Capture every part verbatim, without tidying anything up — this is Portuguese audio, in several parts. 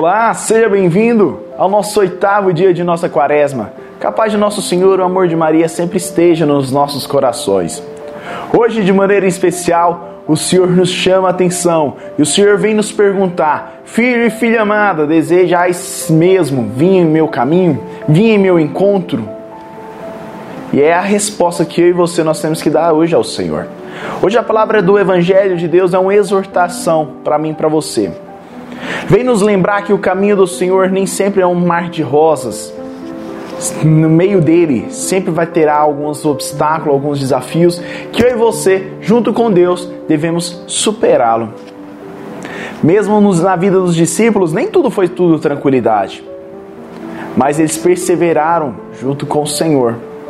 Olá, seja bem-vindo ao nosso oitavo dia de nossa quaresma. Capaz de nosso Senhor, o amor de Maria sempre esteja nos nossos corações. Hoje, de maneira especial, o Senhor nos chama a atenção e o Senhor vem nos perguntar: filho e filha amada, desejais mesmo vir em meu caminho, vir em meu encontro? E é a resposta que eu e você nós temos que dar hoje ao Senhor. Hoje a palavra do Evangelho de Deus é uma exortação para mim e para você. Vem nos lembrar que o caminho do Senhor nem sempre é um mar de rosas. No meio dele sempre vai ter alguns obstáculos, alguns desafios que eu e você, junto com Deus, devemos superá-lo. Mesmo na vida dos discípulos, nem tudo foi tudo tranquilidade. Mas eles perseveraram junto com o Senhor.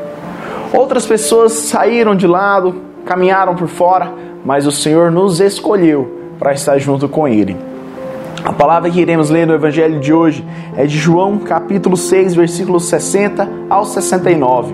Outras pessoas saíram de lado, caminharam por fora, mas o Senhor nos escolheu para estar junto com Ele. A palavra que iremos ler no Evangelho de hoje é de João, capítulo seis, versículos sessenta ao sessenta e nove.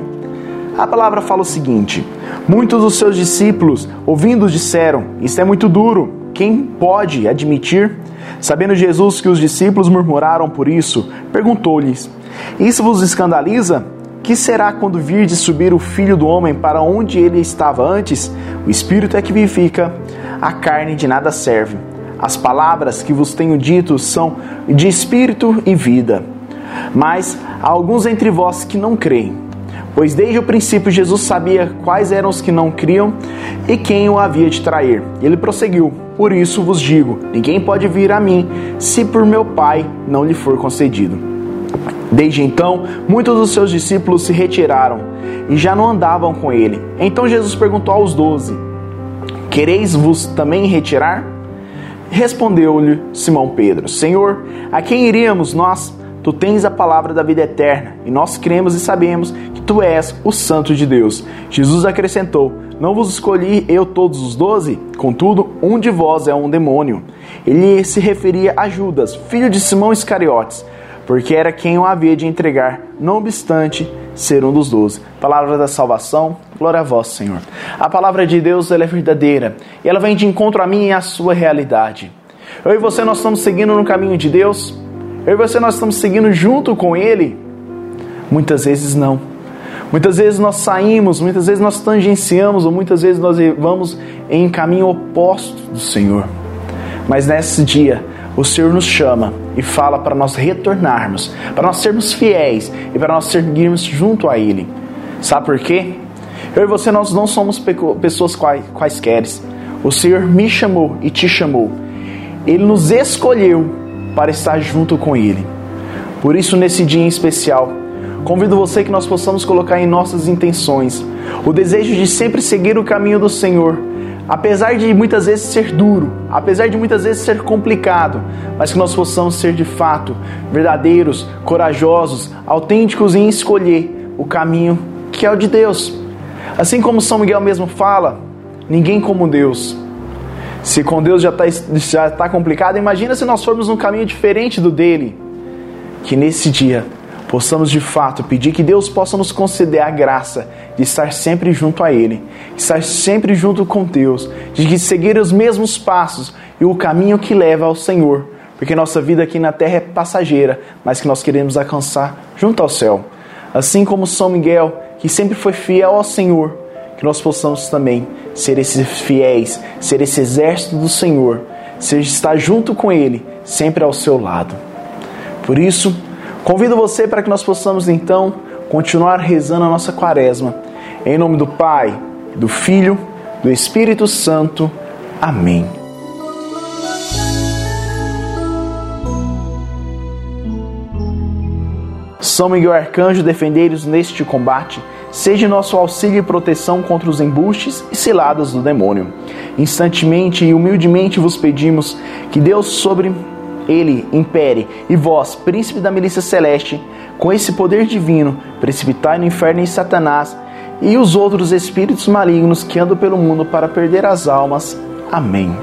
A palavra fala o seguinte: muitos dos seus discípulos, ouvindo, disseram: isto é muito duro, quem pode admitir? Sabendo Jesus que os discípulos murmuraram por isso, perguntou-lhes: isso vos escandaliza? Que será quando virdes subir o Filho do Homem para onde ele estava antes? O Espírito é que vivifica, a carne de nada serve. As palavras que vos tenho dito são de espírito e vida. Mas há alguns entre vós que não creem. Pois desde o princípio Jesus sabia quais eram os que não criam e quem o havia de trair. Ele prosseguiu: por isso vos digo, ninguém pode vir a mim se por meu Pai não lhe for concedido. Desde então, muitos dos seus discípulos se retiraram e já não andavam com ele. Então Jesus perguntou aos doze: quereis vos também retirar? Respondeu-lhe Simão Pedro: Senhor, a quem iríamos nós? Tu tens a palavra da vida eterna, e nós cremos e sabemos que tu és o Santo de Deus. Jesus acrescentou: não vos escolhi eu todos os doze? Contudo, um de vós é um demônio. Ele se referia a Judas, filho de Simão Iscariotes, porque era quem o havia de entregar, não obstante ser um dos doze. Palavra da salvação, glória a vós, Senhor. A palavra de Deus, ela é verdadeira e ela vem de encontro a mim e à sua realidade. Eu e você, nós estamos seguindo no caminho de Deus? Eu e você, nós estamos seguindo junto com Ele? Muitas vezes não. Muitas vezes nós saímos, muitas vezes nós tangenciamos, ou muitas vezes nós vamos em caminho oposto do Senhor. Mas nesse dia, o Senhor nos chama e fala para nós retornarmos, para nós sermos fiéis e para nós seguirmos junto a Ele. Sabe por quê? Eu e você, nós não somos pessoas quais, quaisquer. O Senhor me chamou e te chamou. Ele nos escolheu para estar junto com Ele. Por isso, nesse dia em especial, convido você que nós possamos colocar em nossas intenções o desejo de sempre seguir o caminho do Senhor, apesar de muitas vezes ser duro, apesar de muitas vezes ser complicado, mas que nós possamos ser de fato verdadeiros, corajosos, autênticos em escolher o caminho que é o de Deus. Assim como São Miguel mesmo fala, ninguém como Deus. Se com Deus já está já tá complicado, imagina se nós formos num caminho diferente do dele. Que nesse dia possamos de fato pedir que Deus possa nos conceder a graça de estar sempre junto a Ele, estar sempre junto com Deus, de seguir os mesmos passos e o caminho que leva ao Senhor, porque nossa vida aqui na terra é passageira, mas que nós queremos alcançar junto ao céu. Assim como São Miguel, que sempre foi fiel ao Senhor, que nós possamos também ser esses fiéis, ser esse exército do Senhor, ser estar junto com Ele, sempre ao seu lado. Por isso, convido você para que nós possamos então continuar rezando a nossa quaresma. Em nome do Pai, do Filho, do Espírito Santo. Amém. São Miguel Arcanjo, defendei-nos neste combate. Seja nosso auxílio e proteção contra os embustes e ciladas do demônio. Instantemente e humildemente vos pedimos que Deus sobre Ele impere, e vós, príncipe da milícia celeste, com esse poder divino, precipitai no inferno em Satanás e os outros espíritos malignos que andam pelo mundo para perder as almas. Amém.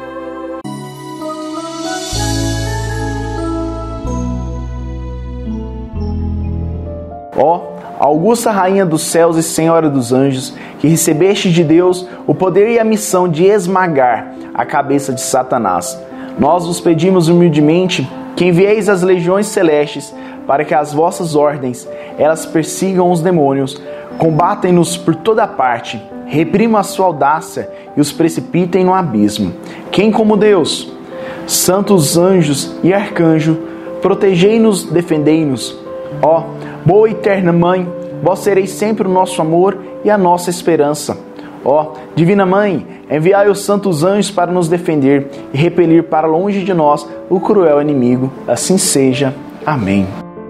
Ó, augusta Rainha dos céus e Senhora dos anjos, que recebeste de Deus o poder e a missão de esmagar a cabeça de Satanás, nós vos pedimos humildemente, que envieis as legiões celestes, para que as vossas ordens, elas persigam os demônios, combatem-nos por toda parte, reprimam a sua audácia e os precipitem no abismo. Quem como Deus? Santos anjos e arcanjo, protegei-nos, defendei-nos. Ó, boa e eterna Mãe, vós sereis sempre o nosso amor e a nossa esperança. Ó, Divina Mãe, enviai os santos anjos para nos defender e repelir para longe de nós o cruel inimigo. Assim seja. Amém.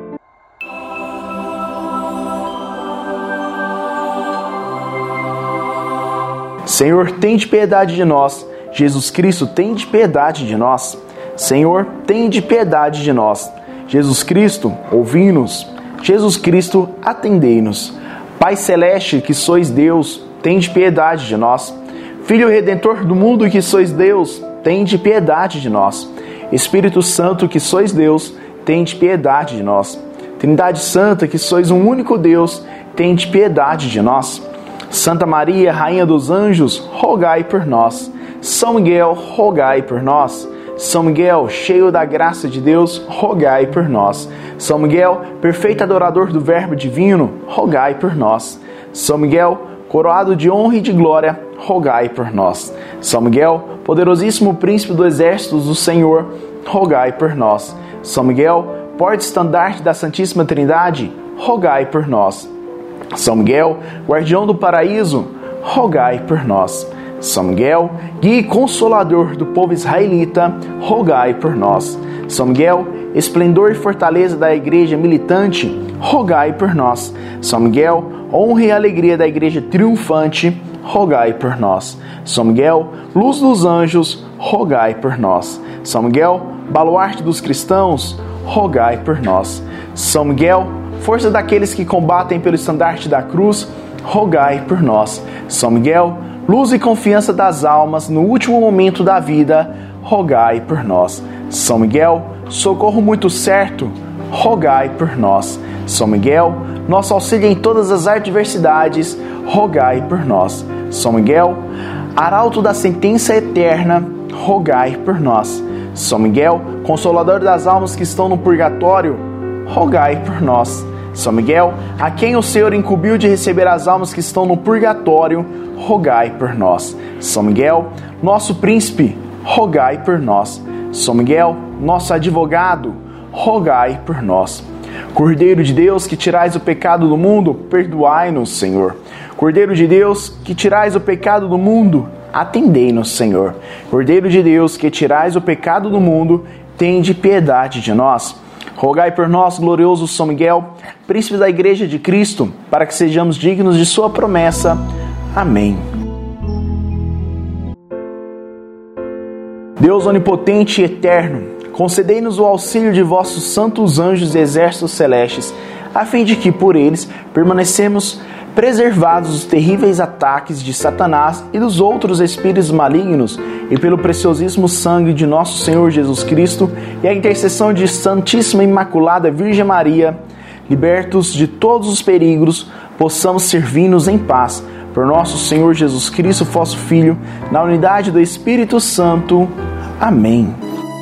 Senhor, tende piedade de nós. Jesus Cristo, tende piedade de nós. Senhor, tende piedade de nós. Jesus Cristo, ouvi-nos. Jesus Cristo, atendei-nos. Pai Celeste, que sois Deus, tende piedade de nós. Filho Redentor do mundo, que sois Deus, tende piedade de nós. Espírito Santo, que sois Deus, tende piedade de nós. Trindade Santa, que sois um único Deus, tende piedade de nós. Santa Maria, Rainha dos Anjos, rogai por nós. São Miguel, rogai por nós. São Miguel, cheio da graça de Deus, rogai por nós. São Miguel, perfeito adorador do Verbo Divino, rogai por nós. São Miguel, coroado de honra e de glória, rogai por nós. São Miguel, poderosíssimo príncipe do exército do Senhor, rogai por nós. São Miguel, porta-estandarte da Santíssima Trindade, rogai por nós. São Miguel, guardião do paraíso, rogai por nós. São Miguel, guia e consolador do povo israelita, rogai por nós. São Miguel, esplendor e fortaleza da igreja militante, rogai por nós. São Miguel, honra e alegria da igreja triunfante, rogai por nós. São Miguel, luz dos anjos, rogai por nós. São Miguel, baluarte dos cristãos, rogai por nós. São Miguel, força daqueles que combatem pelo estandarte da cruz, rogai por nós. São Miguel, luz e confiança das almas no último momento da vida, rogai por nós. São Miguel, socorro muito certo, rogai por nós. São Miguel, nosso auxílio em todas as adversidades, rogai por nós. São Miguel, arauto da sentença eterna, rogai por nós. São Miguel, consolador das almas que estão no purgatório, rogai por nós. São Miguel, a quem o Senhor incumbiu de receber as almas que estão no purgatório, rogai por nós. São Miguel, nosso príncipe, rogai por nós. São Miguel, nosso advogado, rogai por nós. Cordeiro de Deus, que tirais o pecado do mundo, perdoai-nos, Senhor. Cordeiro de Deus, que tirais o pecado do mundo, atendei-nos, Senhor. Cordeiro de Deus, que tirais o pecado do mundo, tende piedade de nós. Rogai por nós, glorioso São Miguel, príncipe da Igreja de Cristo, para que sejamos dignos de sua promessa. Amém. Deus onipotente e eterno, concedei-nos o auxílio de vossos santos anjos e exércitos celestes, a fim de que, por eles, permanecemos preservados dos terríveis ataques de Satanás e dos outros espíritos malignos, e pelo preciosíssimo sangue de nosso Senhor Jesus Cristo e a intercessão de Santíssima Imaculada Virgem Maria, libertos de todos os perigos, possamos servir-nos em paz, por nosso Senhor Jesus Cristo, vosso Filho, na unidade do Espírito Santo. Amém.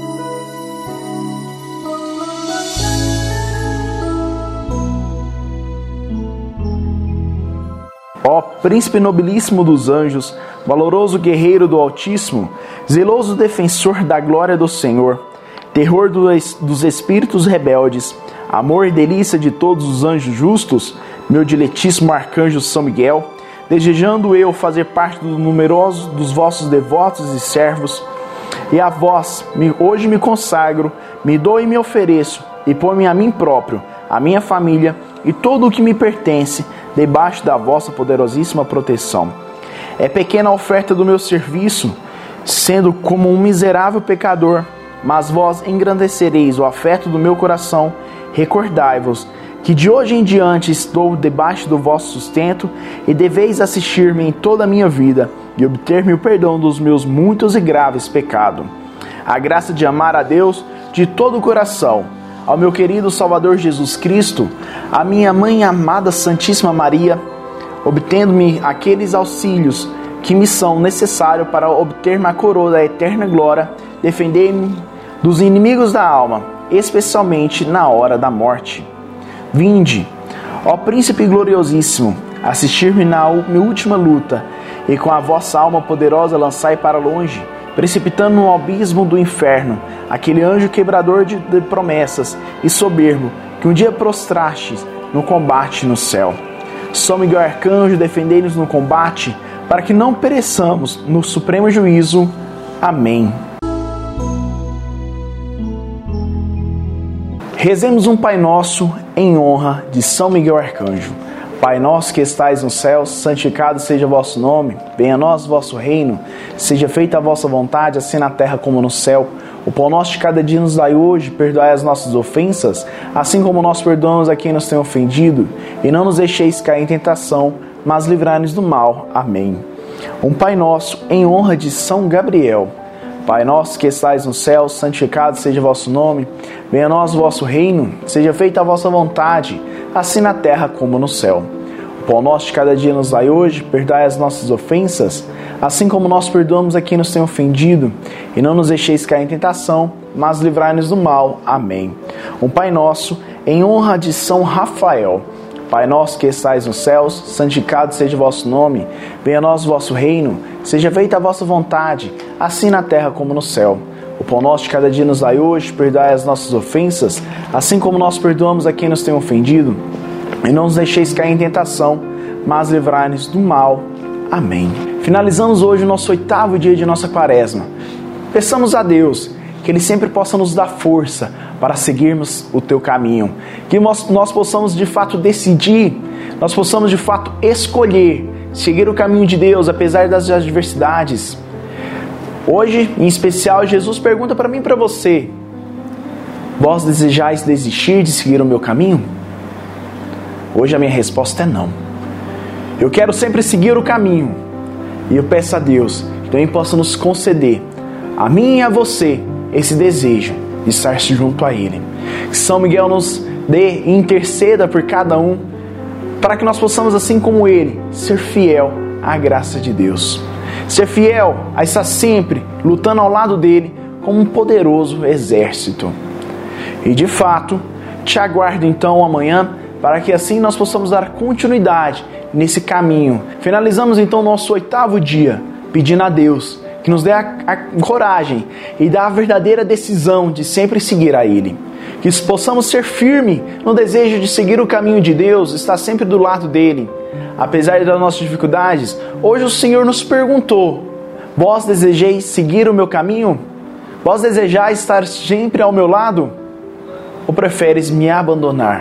Ó Príncipe nobilíssimo dos anjos, valoroso guerreiro do Altíssimo, zeloso defensor da glória do Senhor, terror dos espíritos rebeldes, amor e delícia de todos os anjos justos, meu diletíssimo arcanjo São Miguel, desejando eu fazer parte do numeroso dos vossos devotos e servos, e a vós me, hoje me consagro, me dou e me ofereço, e ponho-me a mim próprio, a minha família e todo o que me pertence, debaixo da vossa poderosíssima proteção. É pequena a oferta do meu serviço, sendo como um miserável pecador, mas vós engrandecereis o afeto do meu coração. Recordai-vos que de hoje em diante estou debaixo do vosso sustento e deveis assistir-me em toda a minha vida e obter-me o perdão dos meus muitos e graves pecados. A graça de amar a Deus de todo o coração, ao meu querido Salvador Jesus Cristo, à minha Mãe amada Santíssima Maria, obtendo-me aqueles auxílios que me são necessários para obter-me a coroa da eterna glória, defender-me dos inimigos da alma, especialmente na hora da morte. Vinde, ó Príncipe gloriosíssimo, assistir-me na minha última luta, e com a vossa alma poderosa lançai para longe, precipitando no abismo do inferno, aquele anjo quebrador de, de promessas e soberbo, que um dia prostrastes no combate no céu. São Miguel Arcanjo, defendei-nos no combate, para que não pereçamos no supremo juízo. Amém. Rezemos um Pai Nosso em honra de São Miguel Arcanjo. Pai nosso que estais no céu, santificado seja o vosso nome, venha a nós o vosso reino, seja feita a vossa vontade, assim na terra como no céu. O pão nosso de cada dia nos dai hoje, perdoai as nossas ofensas, assim como nós perdoamos a quem nos tem ofendido, e não nos deixeis cair em tentação, mas livrai-nos do mal. Amém. Um Pai Nosso em honra de São Gabriel. Pai nosso que estais no céu, santificado seja o vosso nome, venha a nós o vosso reino, seja feita a vossa vontade, assim na terra como no céu. O pão nosso de cada dia nos dai hoje, perdoai as nossas ofensas, assim como nós perdoamos a quem nos tem ofendido, e não nos deixeis cair em tentação, mas livrai-nos do mal. Amém. Um Pai Nosso em honra de São Rafael. Pai nosso que estais nos céus, santificado seja o vosso nome, venha a nós o vosso reino, seja feita a vossa vontade, assim na terra como no céu. O pão nosso de cada dia nos dai hoje, perdoai as nossas ofensas, assim como nós perdoamos a quem nos tem ofendido, e não nos deixeis cair em tentação, mas livrai-nos do mal. Amém. Finalizamos hoje o nosso oitavo dia de nossa quaresma. Peçamos a Deus que Ele sempre possa nos dar força para seguirmos o teu caminho, que nós, nós possamos de fato decidir, nós possamos de fato escolher seguir o caminho de Deus, apesar das adversidades. Hoje, em especial, Jesus pergunta para mim e para você: vós desejais desistir de seguir o meu caminho? Hoje a minha resposta é não. Eu quero sempre seguir o caminho, e eu peço a Deus que também possa nos conceder, a mim e a você, esse desejo de estar junto a Ele. Que São Miguel nos dê e interceda por cada um, para que nós possamos, assim como Ele, ser fiel à graça de Deus. Ser fiel a estar sempre lutando ao lado dEle como um poderoso exército. E de fato, te aguardo então amanhã, para que assim nós possamos dar continuidade nesse caminho. Finalizamos então nosso oitavo dia, pedindo a Deus que nos dê a, a coragem e dê a verdadeira decisão de sempre seguir a Ele. Que possamos ser firmes no desejo de seguir o caminho de Deus, estar sempre do lado dEle. Apesar das nossas dificuldades, hoje o Senhor nos perguntou: vós desejeis seguir o meu caminho? Vós desejais estar sempre ao meu lado? Ou preferes me abandonar?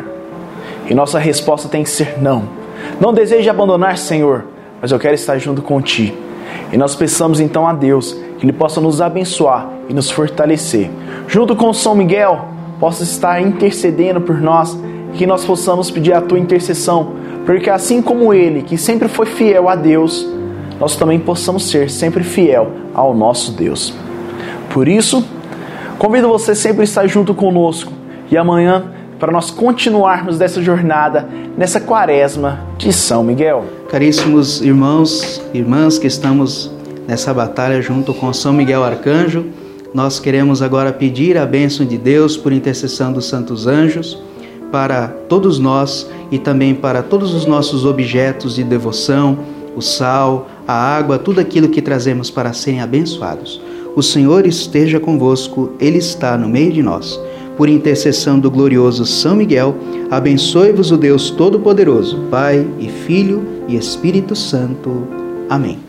E nossa resposta tem que ser não. Não desejo abandonar, Senhor, mas eu quero estar junto contigo. E nós peçamos então a Deus que Ele possa nos abençoar e nos fortalecer. Junto com São Miguel, possa estar intercedendo por nós, que nós possamos pedir a tua intercessão, porque assim como Ele, que sempre foi fiel a Deus, nós também possamos ser sempre fiel ao nosso Deus. Por isso, convido você sempre a estar junto conosco, e amanhã, para nós continuarmos dessa jornada, nessa quaresma de São Miguel. Caríssimos irmãos e irmãs que estamos nessa batalha junto com São Miguel Arcanjo, nós queremos agora pedir a bênção de Deus por intercessão dos santos anjos para todos nós e também para todos os nossos objetos de devoção, o sal, a água, tudo aquilo que trazemos para serem abençoados. O Senhor esteja convosco, Ele está no meio de nós. Por intercessão do glorioso São Miguel, abençoe-vos o Deus Todo-Poderoso, Pai e Filho e Espírito Santo. Amém.